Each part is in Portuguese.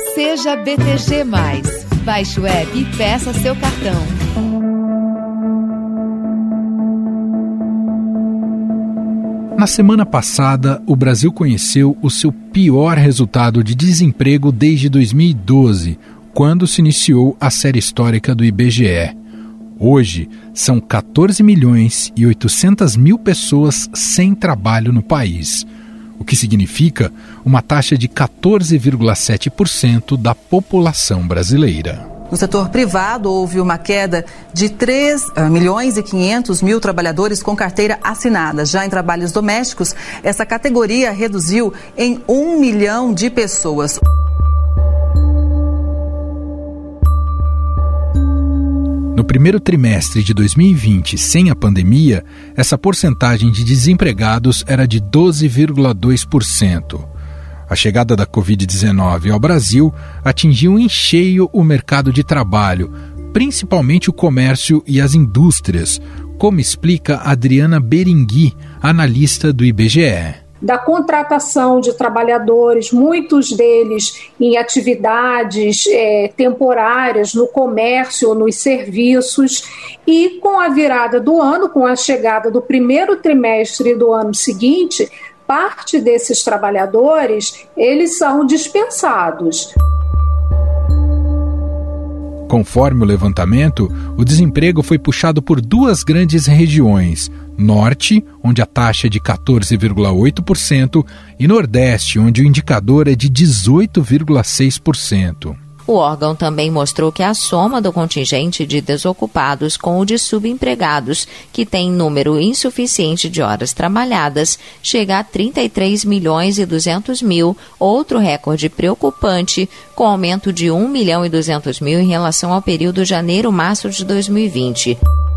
Seja BTG+. Baixe o app e peça seu cartão. Na semana passada, o Brasil conheceu o seu pior resultado de desemprego desde 2012, quando se iniciou a série histórica do IBGE. Hoje, são 14.800.000 pessoas sem trabalho no país, o que significa uma taxa de 14,7% da população brasileira. No setor privado, houve uma queda de 3.500.000 trabalhadores com carteira assinada. Já em trabalhos domésticos, essa categoria reduziu em 1 milhão de pessoas. No primeiro trimestre de 2020, sem a pandemia, essa porcentagem de desempregados era de 12,2%. A chegada da Covid-19 ao Brasil atingiu em cheio o mercado de trabalho, principalmente o comércio e as indústrias, como explica Adriana Berengui, analista do IBGE. Da contratação de trabalhadores, muitos deles em atividades temporárias no comércio ou nos serviços, e com a virada do ano, com a chegada do primeiro trimestre do ano seguinte, parte desses trabalhadores, eles são dispensados. Conforme o levantamento, o desemprego foi puxado por duas grandes regiões: Norte, onde a taxa é de 14,8%, e Nordeste, onde o indicador é de 18,6%. O órgão também mostrou que a soma do contingente de desocupados com o de subempregados, que tem número insuficiente de horas trabalhadas, chega a 33.200.000, outro recorde preocupante, com aumento de 1.200.000 em relação ao período janeiro-março de 2020.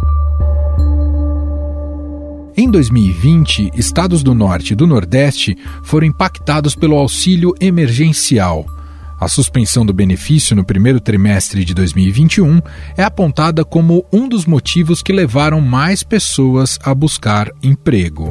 Em 2020, estados do Norte e do Nordeste foram impactados pelo auxílio emergencial. A suspensão do benefício no primeiro trimestre de 2021 é apontada como um dos motivos que levaram mais pessoas a buscar emprego.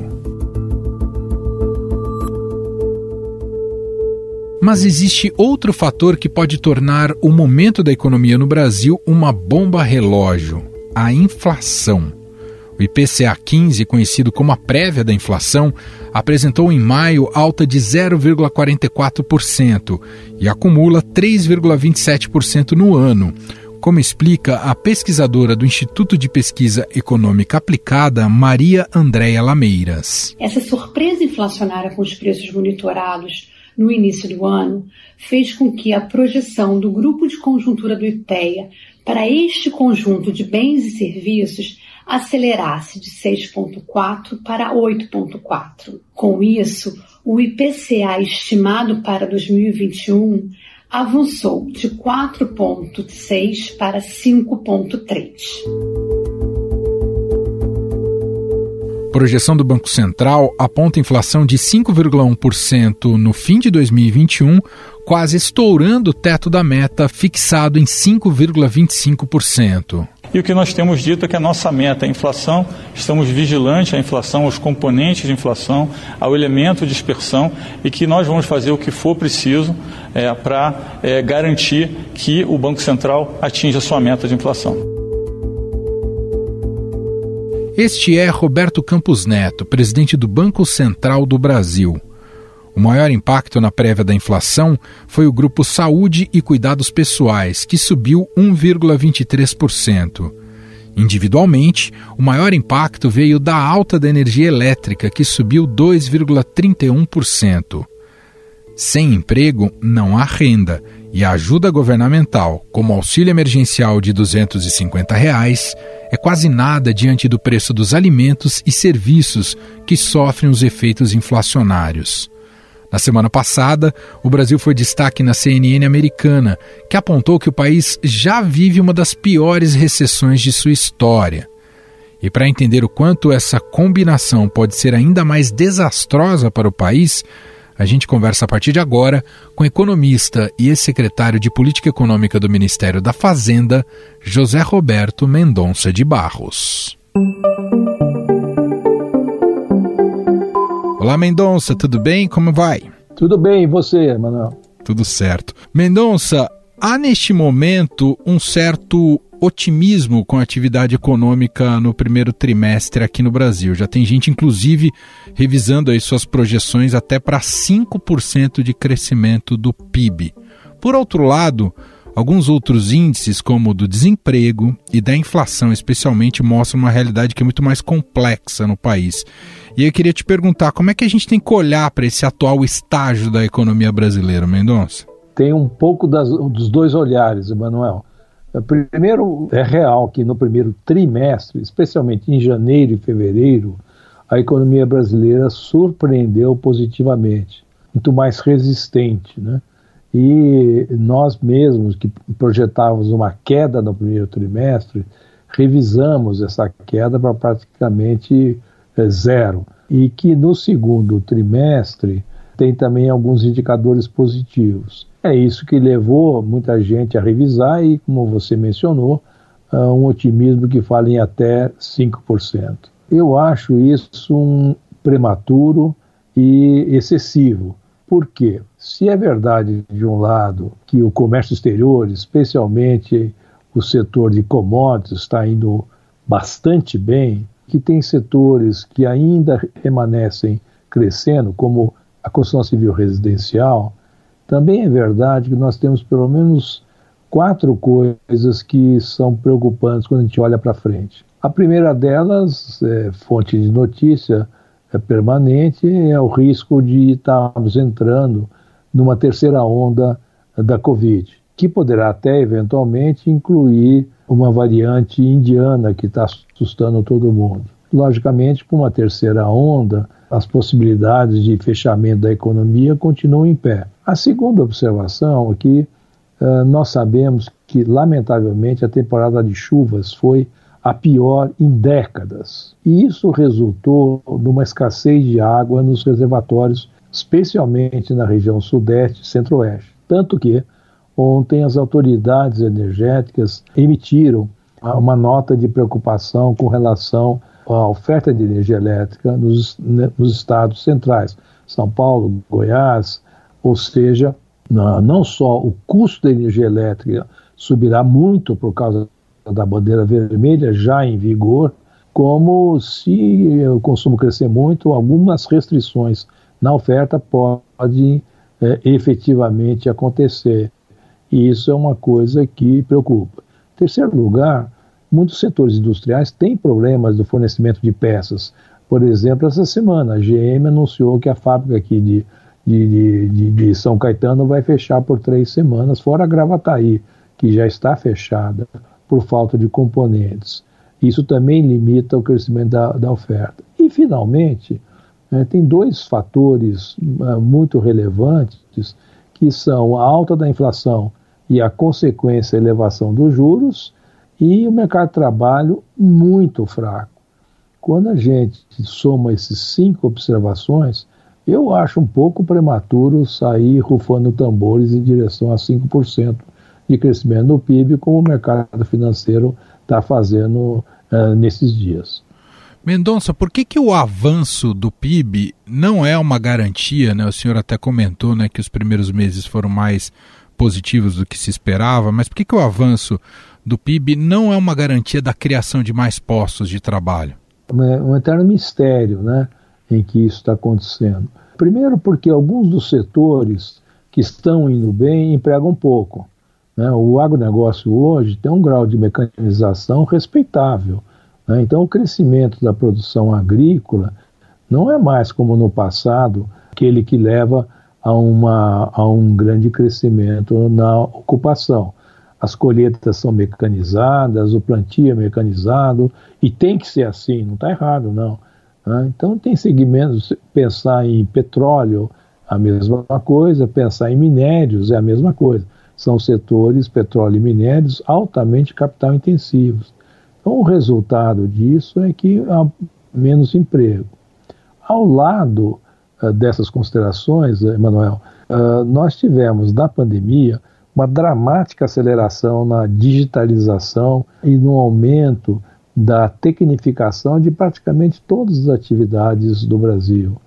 Mas existe outro fator que pode tornar o momento da economia no Brasil uma bomba relógio: a inflação. O IPCA 15, conhecido como a prévia da inflação, apresentou em maio alta de 0,44% e acumula 3,27% no ano, como explica a pesquisadora do Instituto de Pesquisa Econômica Aplicada, Maria Andréia Lameiras. Essa surpresa inflacionária com os preços monitorados no início do ano fez com que a projeção do grupo de conjuntura do IPEA para este conjunto de bens e serviços acelerasse de 6,4% para 8,4%. Com isso, o IPCA estimado para 2021 avançou de 4,6% para 5,3%. A projeção do Banco Central aponta inflação de 5,1% no fim de 2021, quase estourando o teto da meta fixado em 5,25%. E o que nós temos dito é que a nossa meta é a inflação, estamos vigilantes à inflação, aos componentes de inflação, ao elemento de dispersão, e que nós vamos fazer o que for preciso para garantir que o Banco Central atinja a sua meta de inflação. Este é Roberto Campos Neto, presidente do Banco Central do Brasil. O maior impacto na prévia da inflação foi o grupo Saúde e Cuidados Pessoais, que subiu 1,23%. Individualmente, o maior impacto veio da alta da energia elétrica, que subiu 2,31%. Sem emprego, não há renda, e a ajuda governamental, como o auxílio emergencial de R$ 250, é quase nada diante do preço dos alimentos e serviços que sofrem os efeitos inflacionários. Na semana passada, o Brasil foi destaque na CNN americana, que apontou que o país já vive uma das piores recessões de sua história. E para entender o quanto essa combinação pode ser ainda mais desastrosa para o país, a gente conversa a partir de agora com o economista e ex-secretário de Política Econômica do Ministério da Fazenda, José Roberto Mendonça de Barros. Olá, Mendonça, tudo bem? Como vai? Tudo bem, e você, Manuel? Tudo certo. Mendonça, há neste momento um certo otimismo com a atividade econômica no primeiro trimestre aqui no Brasil. Já tem gente, inclusive, revisando aí suas projeções até para 5% de crescimento do PIB. Por outro lado, alguns outros índices, como o do desemprego e da inflação, especialmente, mostram uma realidade que é muito mais complexa no país. E eu queria te perguntar, como é que a gente tem que olhar para esse atual estágio da economia brasileira, Mendonça? Tem um pouco dos dois olhares, Emanuel. Primeiro, é real que no primeiro trimestre, especialmente em janeiro e fevereiro, a economia brasileira surpreendeu positivamente, muito mais resistente, né? E nós mesmos, que projetávamos uma queda no primeiro trimestre, revisamos essa queda para praticamente zero. E que no segundo trimestre tem também alguns indicadores positivos. É isso que levou muita gente a revisar e, como você mencionou, um otimismo que fala em até 5%. Eu acho isso um prematuro e excessivo. Por quê? Se é verdade, de um lado, que o comércio exterior, especialmente o setor de commodities, está indo bastante bem, que tem setores que ainda permanecem crescendo, como a construção civil residencial, também é verdade que nós temos pelo menos 4 coisas que são preocupantes quando a gente olha para frente. A primeira delas, fonte de notícia permanente, é o risco de estarmos entrando numa terceira onda da Covid, que poderá até eventualmente incluir uma variante indiana que está assustando todo mundo. Logicamente, com uma terceira onda, as possibilidades de fechamento da economia continuam em pé. A segunda observação é que nós sabemos que, lamentavelmente, a temporada de chuvas foi a pior em décadas. E isso resultou numa escassez de água nos reservatórios, especialmente na região sudeste e centro-oeste. Tanto que, ontem, as autoridades energéticas emitiram uma nota de preocupação com relação à oferta de energia elétrica nos estados centrais, São Paulo, Goiás, ou seja, não só o custo da energia elétrica subirá muito por causa da bandeira vermelha já em vigor, como se o consumo crescer muito, algumas restrições na oferta podem efetivamente acontecer. E isso é uma coisa que preocupa. Em terceiro lugar, muitos setores industriais têm problemas do fornecimento de peças. Por exemplo, essa semana a GM anunciou que a fábrica aqui de São Caetano vai fechar por 3 semanas, fora a Gravataí, que já está fechada por falta de componentes. Isso também limita o crescimento da oferta. E, finalmente, tem 2 fatores muito relevantes, que são a alta da inflação e a consequência elevação dos juros e o mercado de trabalho muito fraco. Quando a gente soma esses 5 observações, eu acho um pouco prematuro sair rufando tambores em direção a 5% de crescimento no PIB, como o mercado financeiro está fazendo nesses dias. Mendonça, por que o avanço do PIB não é uma garantia, né? O senhor até comentou, né, que os primeiros meses foram mais positivos do que se esperava, mas por que o avanço do PIB não é uma garantia da criação de mais postos de trabalho? É um eterno mistério, né, em que isso está acontecendo. Primeiro porque alguns dos setores que estão indo bem empregam pouco, né? O agronegócio hoje tem um grau de mecanização respeitável, né? Então o crescimento da produção agrícola não é mais como no passado, aquele que leva a um grande crescimento na ocupação. As colheitas são mecanizadas, o plantio é mecanizado, e tem que ser assim, não está errado não. Então tem segmentos, pensar em petróleo, a mesma coisa, pensar em minérios é a mesma coisa. São setores, petróleo e minérios, altamente capital intensivos. Então o resultado disso é que há menos emprego. Ao lado dessas considerações, Emanuel, nós tivemos na pandemia uma dramática aceleração na digitalização e no aumento da tecnificação de praticamente todas as atividades do Brasil.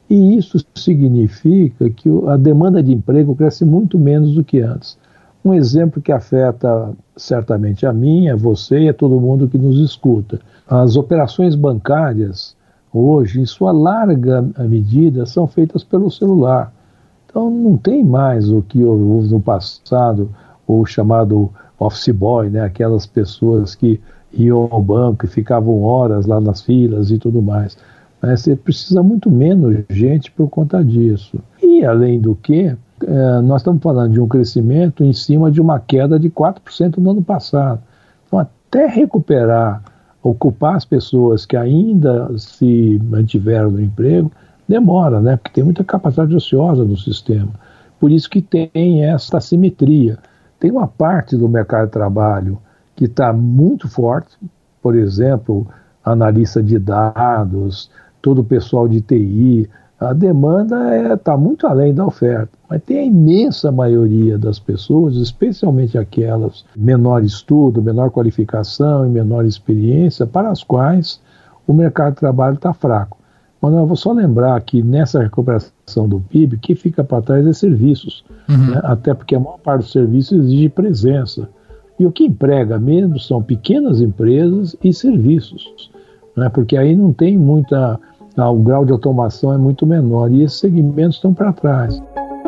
E isso significa que a demanda de emprego cresce muito menos do que antes. Um exemplo que afeta certamente a mim, a você e a todo mundo que nos escuta. As operações bancárias, hoje, em sua larga medida, são feitas pelo celular. Então não tem mais o que houve no passado, o chamado office boy, né? Aquelas pessoas que iam ao banco e ficavam horas lá nas filas e tudo mais. Você precisa muito menos gente por conta disso. E, além do que, nós estamos falando de um crescimento em cima de uma queda de 4% no ano passado. Então, até recuperar, ocupar as pessoas que ainda se mantiveram no emprego, demora, né? Porque tem muita capacidade ociosa no sistema. Por isso que tem essa assimetria. Tem uma parte do mercado de trabalho que está muito forte, por exemplo, analista de dados, todo o pessoal de TI, a demanda está muito além da oferta. Mas tem a imensa maioria das pessoas, especialmente aquelas menor estudo, menor qualificação e menor experiência, para as quais o mercado de trabalho está fraco. Mas eu vou só lembrar que nessa recuperação do PIB, o que fica para trás é serviços, né? Até porque a maior parte dos serviços exige presença. E o que emprega mesmo são pequenas empresas e serviços, né? Porque aí não tem muita... o grau de automação é muito menor e esses segmentos estão para trás.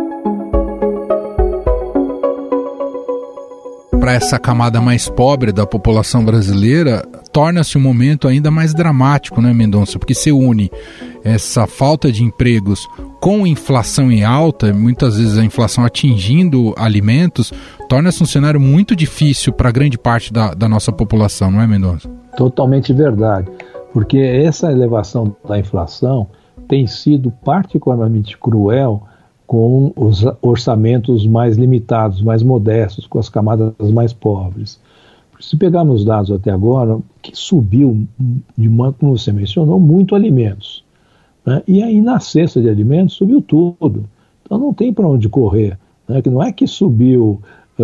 Para essa camada mais pobre da população brasileira, torna-se um momento ainda mais dramático, né, Mendonça? Porque se une essa falta de empregos com inflação em alta, muitas vezes a inflação atingindo alimentos, torna-se um cenário muito difícil para grande parte da nossa população, não é, Mendonça? Totalmente verdade. Porque essa elevação da inflação tem sido particularmente cruel com os orçamentos mais limitados, mais modestos, com as camadas mais pobres. Se pegarmos os dados até agora, o que subiu, como você mencionou, muito alimentos, né? E aí na cesta de alimentos subiu tudo. Então não tem para onde correr, né? Não é que subiu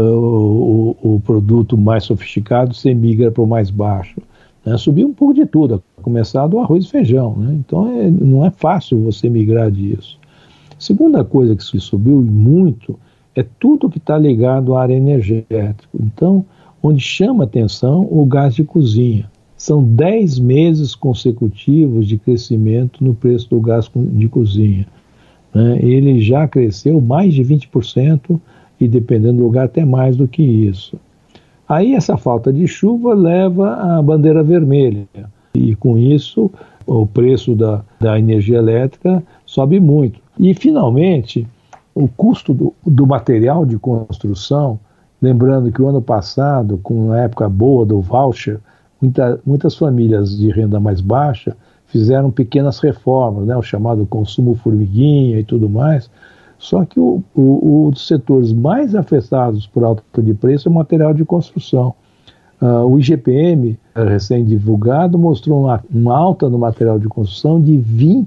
o produto mais sofisticado, você migra para o mais baixo. Subiu um pouco de tudo, a começar do arroz e feijão, né? Então não é fácil você migrar disso. Segunda coisa que subiu muito é tudo que está ligado à área energética. Então, onde chama atenção o gás de cozinha. São 10 meses consecutivos de crescimento no preço do gás de cozinha, né? Ele já cresceu mais de 20% e, dependendo do lugar, até mais do que isso. Aí essa falta de chuva leva à bandeira vermelha e com isso o preço da energia elétrica sobe muito. E finalmente o custo do material de construção, lembrando que o ano passado, com a época boa do voucher, muitas famílias de renda mais baixa fizeram pequenas reformas, né, o chamado consumo formiguinha e tudo mais. Só que os setores mais afetados por alta de preço é o material de construção. O IGPM, recém-divulgado, mostrou uma alta no material de construção de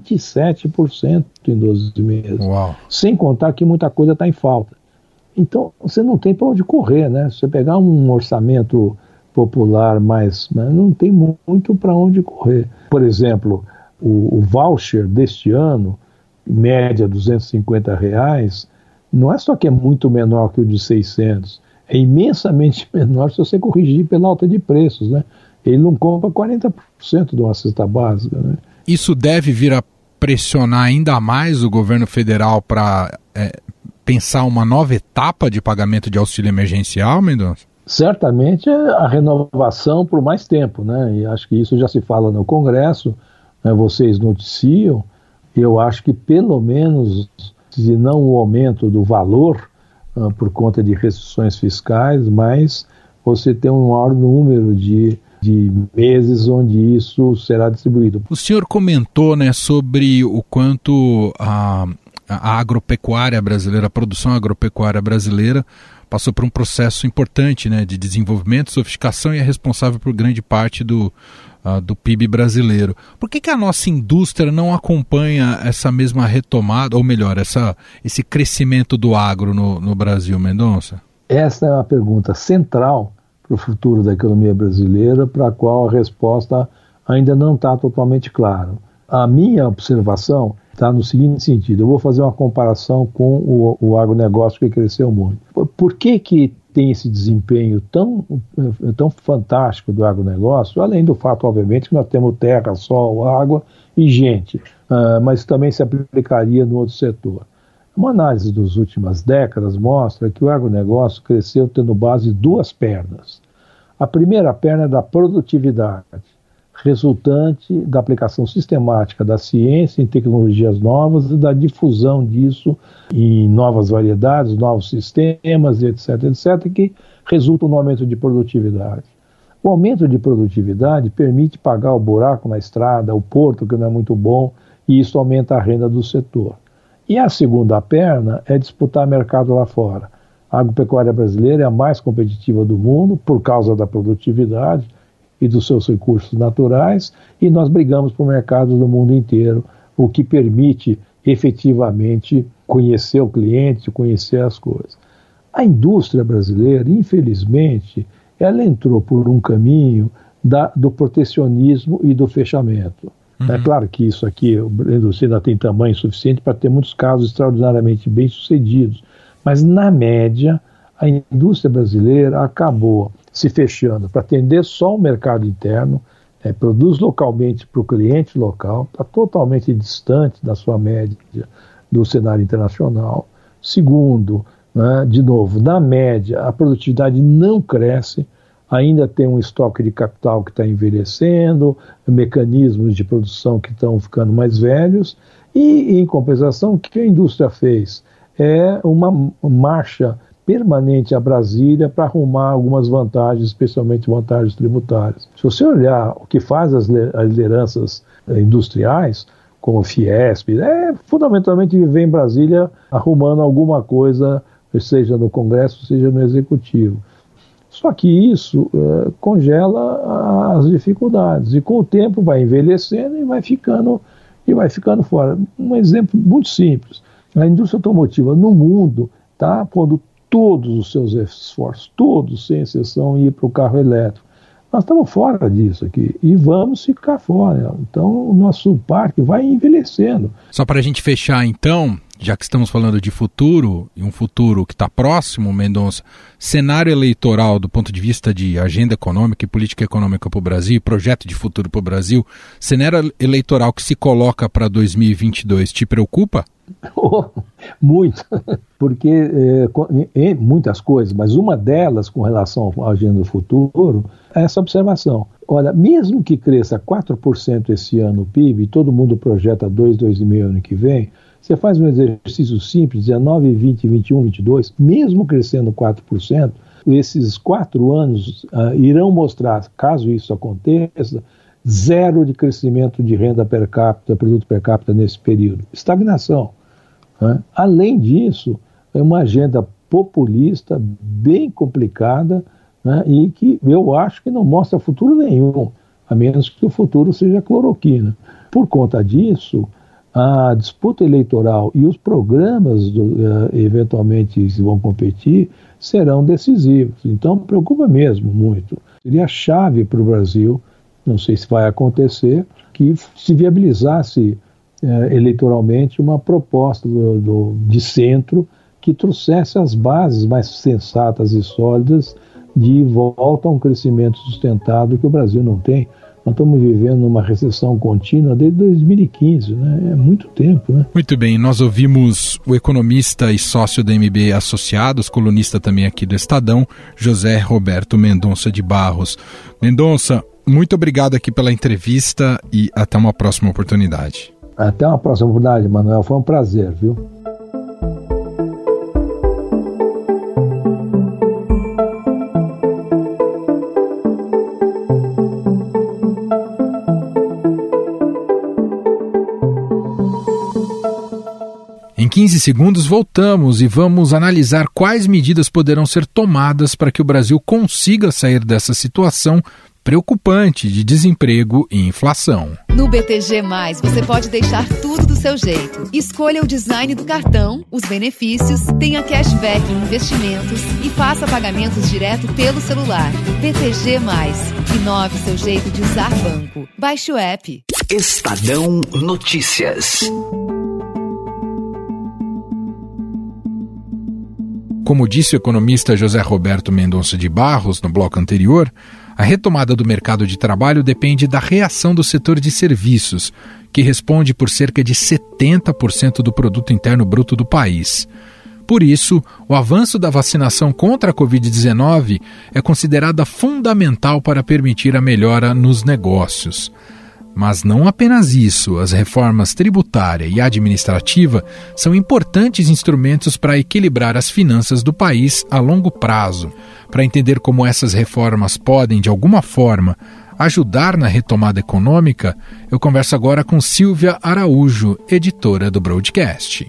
27% em 12 meses. Uau. Sem contar que muita coisa está em falta. Então, você não tem para onde correr, né? Se você pegar um orçamento popular, mas não tem muito para onde correr. Por exemplo, o voucher deste ano, média R$250, não é só que é muito menor que o de 600, é imensamente menor se você corrigir pela alta de preços, né? Ele não compra 40% de uma cesta básica, né? Isso deve vir a pressionar ainda mais o governo federal para pensar uma nova etapa de pagamento de auxílio emergencial, Mendonça? Certamente a renovação por mais tempo, né? E acho que isso já se fala no Congresso, né? Vocês noticiam. Eu acho que pelo menos, se não o aumento do valor por conta de restrições fiscais, mas você tem um maior número de meses onde isso será distribuído. O senhor comentou, né, sobre o quanto a agropecuária brasileira, a produção agropecuária brasileira passou por um processo importante, né, de desenvolvimento, sofisticação e é responsável por grande parte do PIB brasileiro. Por que a nossa indústria não acompanha essa mesma retomada, ou melhor, esse crescimento do agro no Brasil, Mendonça? Essa é uma pergunta central para o futuro da economia brasileira, para a qual a resposta ainda não está totalmente clara. A minha observação está no seguinte sentido. Eu vou fazer uma comparação com o agronegócio que cresceu muito. Por que tem esse desempenho tão fantástico do agronegócio? Além do fato, obviamente, que nós temos terra, sol, água e gente, mas também se aplicaria no outro setor. Uma análise das últimas décadas mostra que o agronegócio cresceu tendo base duas pernas. A primeira perna é da produtividade, resultante da aplicação sistemática da ciência em tecnologias novas e da difusão disso em novas variedades, novos sistemas, etc., que resultam no aumento de produtividade. O aumento de produtividade permite pagar o buraco na estrada, o porto, que não é muito bom, e isso aumenta a renda do setor. E a segunda perna é disputar mercado lá fora. A agropecuária brasileira é a mais competitiva do mundo por causa da produtividade e dos seus recursos naturais, e nós brigamos por mercados do mundo inteiro, o que permite efetivamente conhecer o cliente, conhecer as coisas. A indústria brasileira, infelizmente, ela entrou por um caminho do protecionismo e do fechamento. É claro que isso aqui, a indústria ainda tem tamanho suficiente para ter muitos casos extraordinariamente bem-sucedidos, mas na média, a indústria brasileira acabou se fechando para atender só o mercado interno, produz localmente para o cliente local, está totalmente distante da sua média do cenário internacional. Segundo, de novo, na média, a produtividade não cresce, ainda tem um estoque de capital que está envelhecendo, mecanismos de produção que estão ficando mais velhos, e, em compensação, o que a indústria fez? É uma marcha permanente a Brasília para arrumar algumas vantagens, especialmente vantagens tributárias. Se você olhar o que faz as lideranças industriais, como o Fiesp, fundamentalmente viver em Brasília arrumando alguma coisa, seja no Congresso, seja no Executivo. Só que isso congela as dificuldades e com o tempo vai envelhecendo e vai ficando fora. Um exemplo muito simples. A indústria automotiva no mundo está pondo todos os seus esforços, todos, sem exceção, ir para o carro elétrico. Nós estamos fora disso aqui e vamos ficar fora. Então, o nosso parque vai envelhecendo. Só para a gente fechar, então, já que estamos falando de futuro, e um futuro que está próximo, Mendonça, cenário eleitoral do ponto de vista de agenda econômica e política econômica para o Brasil, projeto de futuro para o Brasil, cenário eleitoral que se coloca para 2022, te preocupa? Muito, porque muitas coisas, mas uma delas com relação à agenda do futuro é essa observação. Olha, mesmo que cresça 4% esse ano o PIB, e todo mundo projeta 2,5% ano que vem, você faz um exercício simples, 19, 20, 21, 22, mesmo crescendo 4%, esses 4 anos irão mostrar, caso isso aconteça, zero de crescimento de renda per capita, produto per capita nesse período. Estagnação. Além disso, é uma agenda populista bem complicada, e que eu acho que não mostra futuro nenhum, a menos que o futuro seja cloroquina. Por conta disso, a disputa eleitoral e os programas eventualmente que vão competir serão decisivos. Então, preocupa mesmo muito. Seria a chave para o Brasil, não sei se vai acontecer, que se viabilizasse eleitoralmente uma proposta de centro que trouxesse as bases mais sensatas e sólidas de volta a um crescimento sustentado que o Brasil não tem. Nós estamos vivendo uma recessão contínua desde 2015, né? É muito tempo, né? Muito bem, nós ouvimos o economista e sócio da MB Associados, colunista também aqui do Estadão, José Roberto Mendonça de Barros. Mendonça, muito obrigado aqui pela entrevista e até uma próxima oportunidade. Até uma próxima oportunidade, Manuel. Foi um prazer, viu? Em 15 segundos voltamos e vamos analisar quais medidas poderão ser tomadas para que o Brasil consiga sair dessa situação preocupante de desemprego e inflação. No BTG+, você pode deixar tudo do seu jeito. Escolha o design do cartão, os benefícios, tenha cashback em investimentos e faça pagamentos direto pelo celular. BTG+, inove seu jeito de usar banco. Baixe o app. Estadão Notícias. Como disse o economista José Roberto Mendonça de Barros no bloco anterior, a retomada do mercado de trabalho depende da reação do setor de serviços, que responde por cerca de 70% do produto interno bruto do país. Por isso, o avanço da vacinação contra a Covid-19 é considerada fundamental para permitir a melhora nos negócios. Mas não apenas isso, as reformas tributária e administrativa são importantes instrumentos para equilibrar as finanças do país a longo prazo. Para entender como essas reformas podem, de alguma forma, ajudar na retomada econômica, eu converso agora com Silvia Araújo, editora do Broadcast.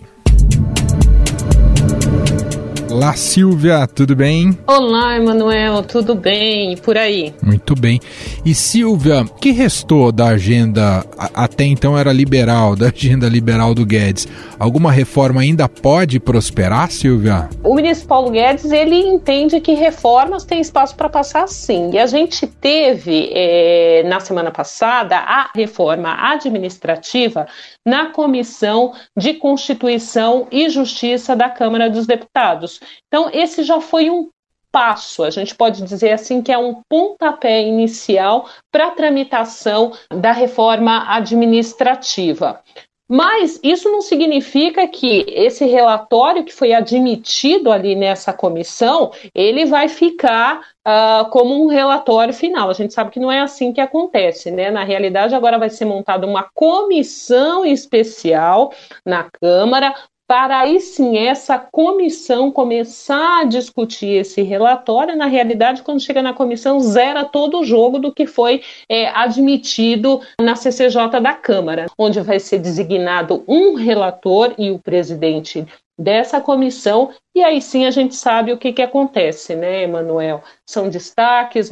Olá, Silvia, tudo bem? Olá, Emanuel, tudo bem? E por aí? Muito bem. E, Silvia, o que restou da agenda, até então era liberal, da agenda liberal do Guedes? Alguma reforma ainda pode prosperar, Silvia? O ministro Paulo Guedes, ele entende que reformas têm espaço para passar sim. E a gente teve, na semana passada, a reforma administrativa na Comissão de Constituição e Justiça da Câmara dos Deputados. Então, esse já foi um passo, a gente pode dizer assim que é um pontapé inicial para a tramitação da reforma administrativa. Mas isso não significa que esse relatório que foi admitido ali nessa comissão, ele vai ficar como um relatório final. A gente sabe que não é assim que acontece, né? Na realidade, agora vai ser montada uma comissão especial na Câmara para aí sim essa comissão começar a discutir esse relatório. Na realidade, quando chega na comissão, zera todo o jogo do que foi admitido na CCJ da Câmara, onde vai ser designado um relator e o presidente dessa comissão, e aí sim a gente sabe o que acontece, né, Emanuel? São destaques,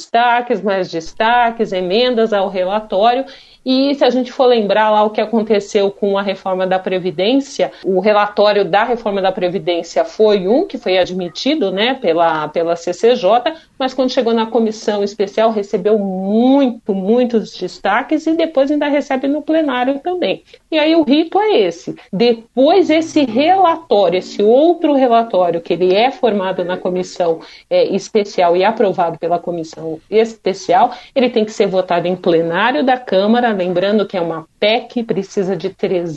emendas ao relatório, e se a gente for lembrar lá o que aconteceu com a reforma da Previdência, o relatório da reforma da Previdência foi que foi admitido, né, pela CCJ, mas quando chegou na comissão especial recebeu muitos destaques e depois ainda recebe no plenário também. E aí o rito é esse. Depois esse relatório, esse outro relatório que ele é formado na comissão especial e aprovado pela comissão especial, ele tem que ser votado em plenário da Câmara, lembrando que é uma PEC, precisa de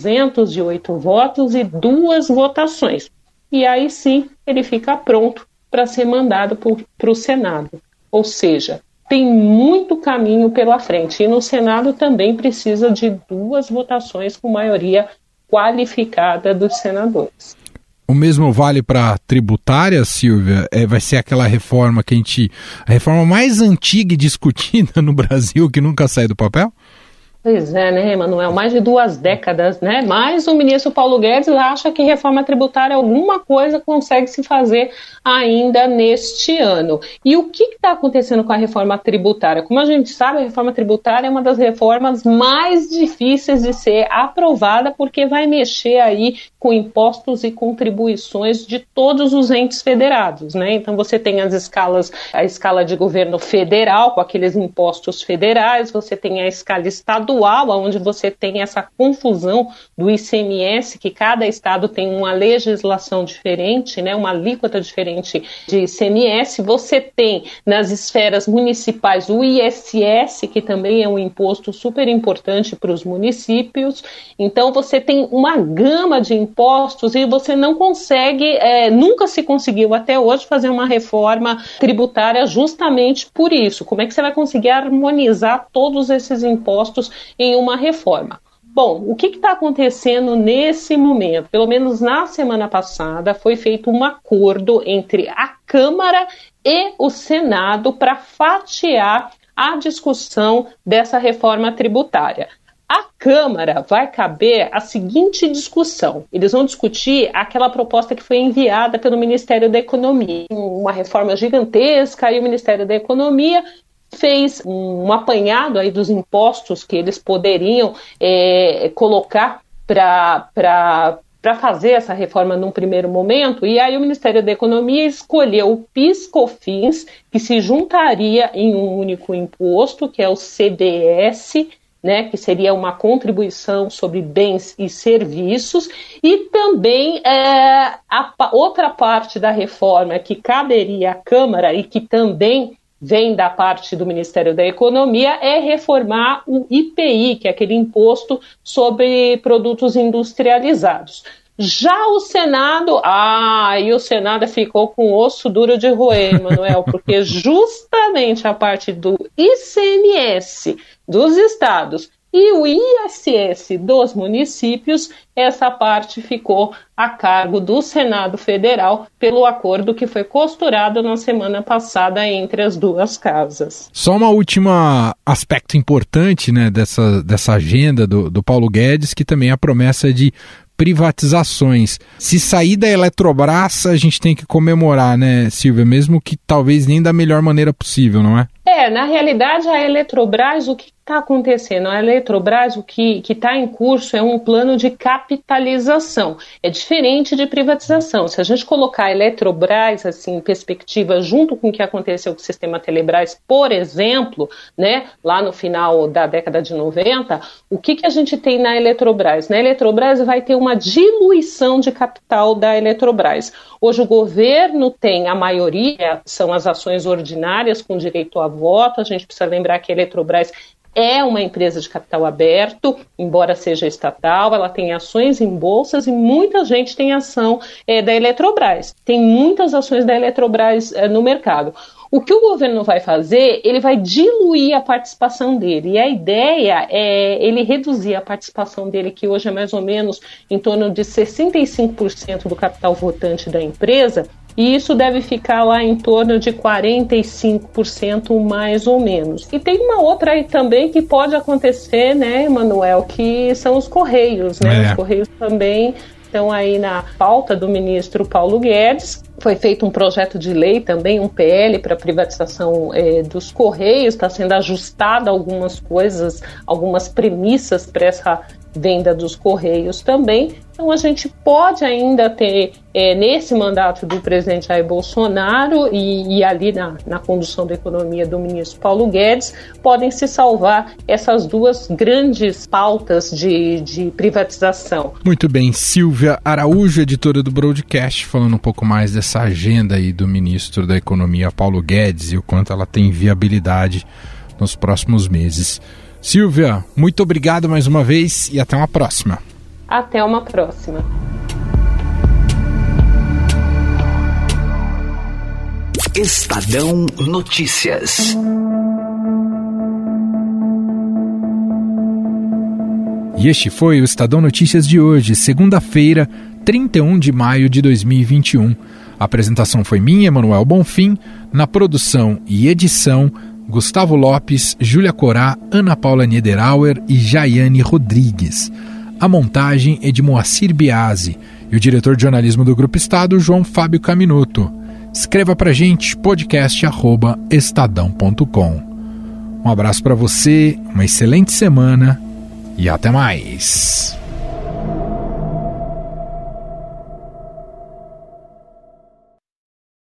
308 votos e 2 votações. E aí sim ele fica pronto para ser mandado para o Senado. Ou seja, tem muito caminho pela frente. E no Senado também precisa de 2 votações com maioria qualificada dos senadores. O mesmo vale para a tributária, Silvia? Vai ser aquela reforma a reforma mais antiga e discutida no Brasil que nunca sai do papel? Pois é, né, Emanuel? Mais de 2 décadas, né? Mas o ministro Paulo Guedes acha que reforma tributária, alguma coisa consegue se fazer ainda neste ano. E o que está acontecendo com a reforma tributária? Como a gente sabe, a reforma tributária é uma das reformas mais difíceis de ser aprovada, porque vai mexer aí com impostos e contribuições de todos os entes federados, né? Então você tem a escala de governo federal, com aqueles impostos federais, você tem a escala estadual, onde você tem essa confusão do ICMS, que cada estado tem uma legislação diferente, né, uma alíquota diferente de ICMS. Você tem nas esferas municipais o ISS, que também é um imposto super importante para os municípios. Então você tem uma gama de impostos e você não consegue, nunca se conseguiu até hoje fazer uma reforma tributária justamente por isso. Como é que você vai conseguir harmonizar todos esses impostos em uma reforma? Bom, o que está acontecendo nesse momento? Pelo menos na semana passada foi feito um acordo entre a Câmara e o Senado para fatiar a discussão dessa reforma tributária. A Câmara vai caber a seguinte discussão. Eles vão discutir aquela proposta que foi enviada pelo Ministério da Economia, uma reforma gigantesca, e o Ministério da Economia fez um apanhado aí dos impostos que eles poderiam colocar para fazer essa reforma num primeiro momento, e aí o Ministério da Economia escolheu o PIS/COFINS, que se juntaria em um único imposto, que é o CBS, né, que seria uma contribuição sobre bens e serviços, e também outra parte da reforma que caberia à Câmara e que também vem da parte do Ministério da Economia é reformar o IPI, que é aquele imposto sobre produtos industrializados. Já o Senado, o Senado ficou com osso duro de roer, Manuel, porque justamente a parte do ICMS dos estados e o ISS dos municípios, essa parte ficou a cargo do Senado Federal pelo acordo que foi costurado na semana passada entre as duas casas. Só uma última aspecto importante, né, dessa agenda do Paulo Guedes, que também é a promessa de privatizações. Se sair da Eletrobras, a gente tem que comemorar, né, Silvia? Mesmo que talvez nem da melhor maneira possível, não é? Na realidade, a Eletrobras, o que está acontecendo? A Eletrobras, o que está em curso é um plano de capitalização. É diferente de privatização. Se a gente colocar a Eletrobras assim, em perspectiva, junto com o que aconteceu com o sistema Telebrás, por exemplo, né, lá no final da década de 90, o que a gente tem na Eletrobras? Na Eletrobras vai ter uma diluição de capital da Eletrobras. Hoje o governo tem a maioria, são as ações ordinárias com direito a voto. A gente precisa lembrar que a Eletrobras é uma empresa de capital aberto, embora seja estatal, ela tem ações em bolsas e muita gente tem ação da Eletrobras. Tem muitas ações da Eletrobras no mercado. O que o governo vai fazer, ele vai diluir a participação dele. E a ideia é ele reduzir a participação dele, que hoje é mais ou menos em torno de 65% do capital votante da empresa, e isso deve ficar lá em torno de 45% mais ou menos. E tem uma outra aí também que pode acontecer, né, Manuel, que são os Correios, né? Os Correios também estão aí na pauta do ministro Paulo Guedes. Foi feito um projeto de lei também, um PL para privatização dos Correios, está sendo ajustada algumas coisas, algumas premissas para essa venda dos Correios também. Então a gente pode ainda ter, nesse mandato do presidente Jair Bolsonaro e ali na condução da economia do ministro Paulo Guedes, podem se salvar essas duas grandes pautas de privatização. Muito bem, Silvia Araújo, editora do Broadcast, falando um pouco mais dessa agenda aí do ministro da Economia, Paulo Guedes, e o quanto ela tem viabilidade nos próximos meses. Silvia, muito obrigado mais uma vez e até uma próxima. Até uma próxima. Estadão Notícias. E este foi o Estadão Notícias de hoje, segunda-feira, 31 de maio de 2021. A apresentação foi minha, Emanuel Bonfim, na produção e edição, Gustavo Lopes, Júlia Corá, Ana Paula Niederauer e Jaiane Rodrigues. A montagem é de Moacir Biasi e o diretor de jornalismo do Grupo Estado, João Fábio Caminuto. Escreva pra gente, podcast@estadão.com. Um abraço para você, uma excelente semana e até mais.